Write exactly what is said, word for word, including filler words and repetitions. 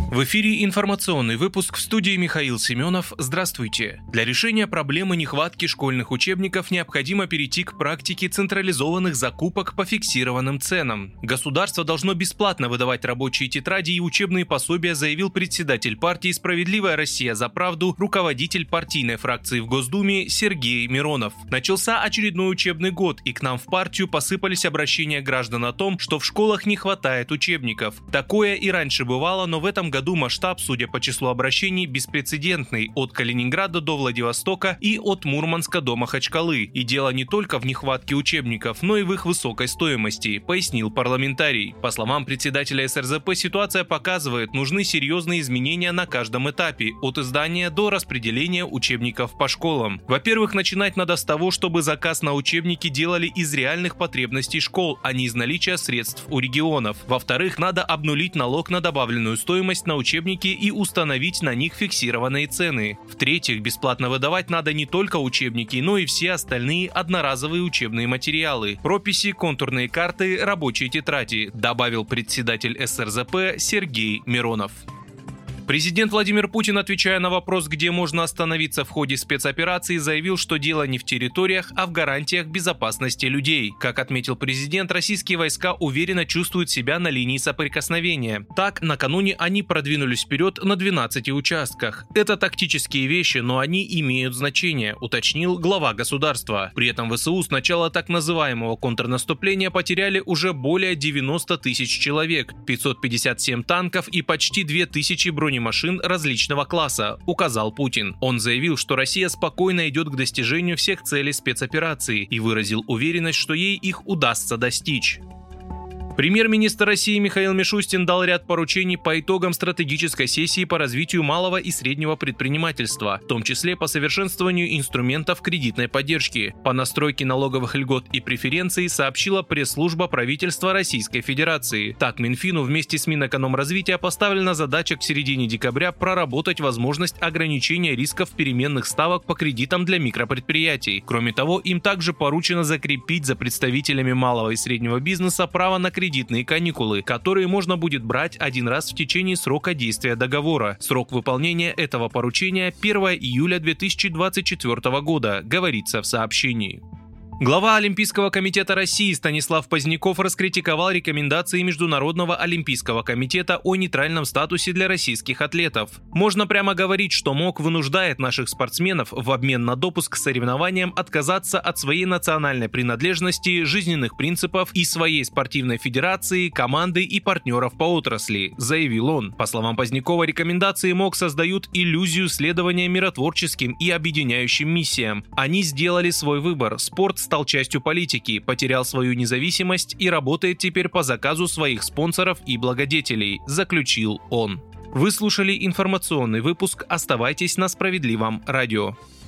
В эфире информационный выпуск, в студии Михаил Семенов. Здравствуйте. Для решения проблемы нехватки школьных учебников необходимо перейти к практике централизованных закупок по фиксированным ценам. Государство должно бесплатно выдавать рабочие тетради и учебные пособия, заявил председатель партии «Справедливая Россия за правду», руководитель партийной фракции в Госдуме Сергей Миронов. Начался очередной учебный год, и к нам в партию посыпались обращения граждан о том, что в школах не хватает учебников. Такое и раньше бывало, но в этом году году масштаб, судя по числу обращений, беспрецедентный, от Калининграда до Владивостока и от Мурманска до Махачкалы. И дело не только в нехватке учебников, но и в их высокой стоимости, пояснил парламентарий. По словам председателя эс эр зэ пэ, ситуация показывает, нужны серьезные изменения на каждом этапе, от издания до распределения учебников по школам. Во-первых, начинать надо с того, чтобы заказ на учебники делали из реальных потребностей школ, а не из наличия средств у регионов. Во-вторых, надо обнулить налог на добавленную стоимость на учебники и установить на них фиксированные цены. В-третьих, бесплатно выдавать надо не только учебники, но и все остальные одноразовые учебные материалы, прописи, контурные карты, рабочие тетради, добавил председатель эс эр зэ пэ Сергей Миронов. Президент Владимир Путин, отвечая на вопрос, где можно остановиться в ходе спецоперации, заявил, что дело не в территориях, а в гарантиях безопасности людей. Как отметил президент, российские войска уверенно чувствуют себя на линии соприкосновения. Так, накануне они продвинулись вперед на двенадцати участках. Это тактические вещи, но они имеют значение, уточнил глава государства. При этом вэ эс у с начала так называемого контрнаступления потеряли уже более девяноста тысяч человек, пятьсот пятьдесят семь танков и почти две тысячи бронемашин машин различного класса, указал Путин. Он заявил, что Россия спокойно идет к достижению всех целей спецоперации и выразил уверенность, что ей их удастся достичь. Премьер-министр России Михаил Мишустин дал ряд поручений по итогам стратегической сессии по развитию малого и среднего предпринимательства, в том числе по совершенствованию инструментов кредитной поддержки. По настройке налоговых льгот и преференций сообщила пресс-служба правительства Российской Федерации. Так, Минфину вместе с Минэкономразвития поставлена задача к середине декабря проработать возможность ограничения рисков переменных ставок по кредитам для микропредприятий. Кроме того, им также поручено закрепить за представителями малого и среднего бизнеса право на кредитные каникулы, которые можно будет брать один раз в течение срока действия договора. Срок выполнения этого поручения – первого июля две тысячи двадцать четвёртого года, говорится в сообщении. Глава Олимпийского комитета России Станислав Поздняков раскритиковал рекомендации Международного олимпийского комитета о нейтральном статусе для российских атлетов. Можно прямо говорить, что МОК вынуждает наших спортсменов в обмен на допуск к соревнованиям отказаться от своей национальной принадлежности, жизненных принципов и своей спортивной федерации, команды и партнеров по отрасли, заявил он. По словам Позднякова, рекомендации МОК создают иллюзию следования миротворческим и объединяющим миссиям. Они сделали свой выбор. Спорт стал частью политики, потерял свою независимость и работает теперь по заказу своих спонсоров и благодетелей, заключил он. Вы слушали информационный выпуск. Оставайтесь на Справедливом радио.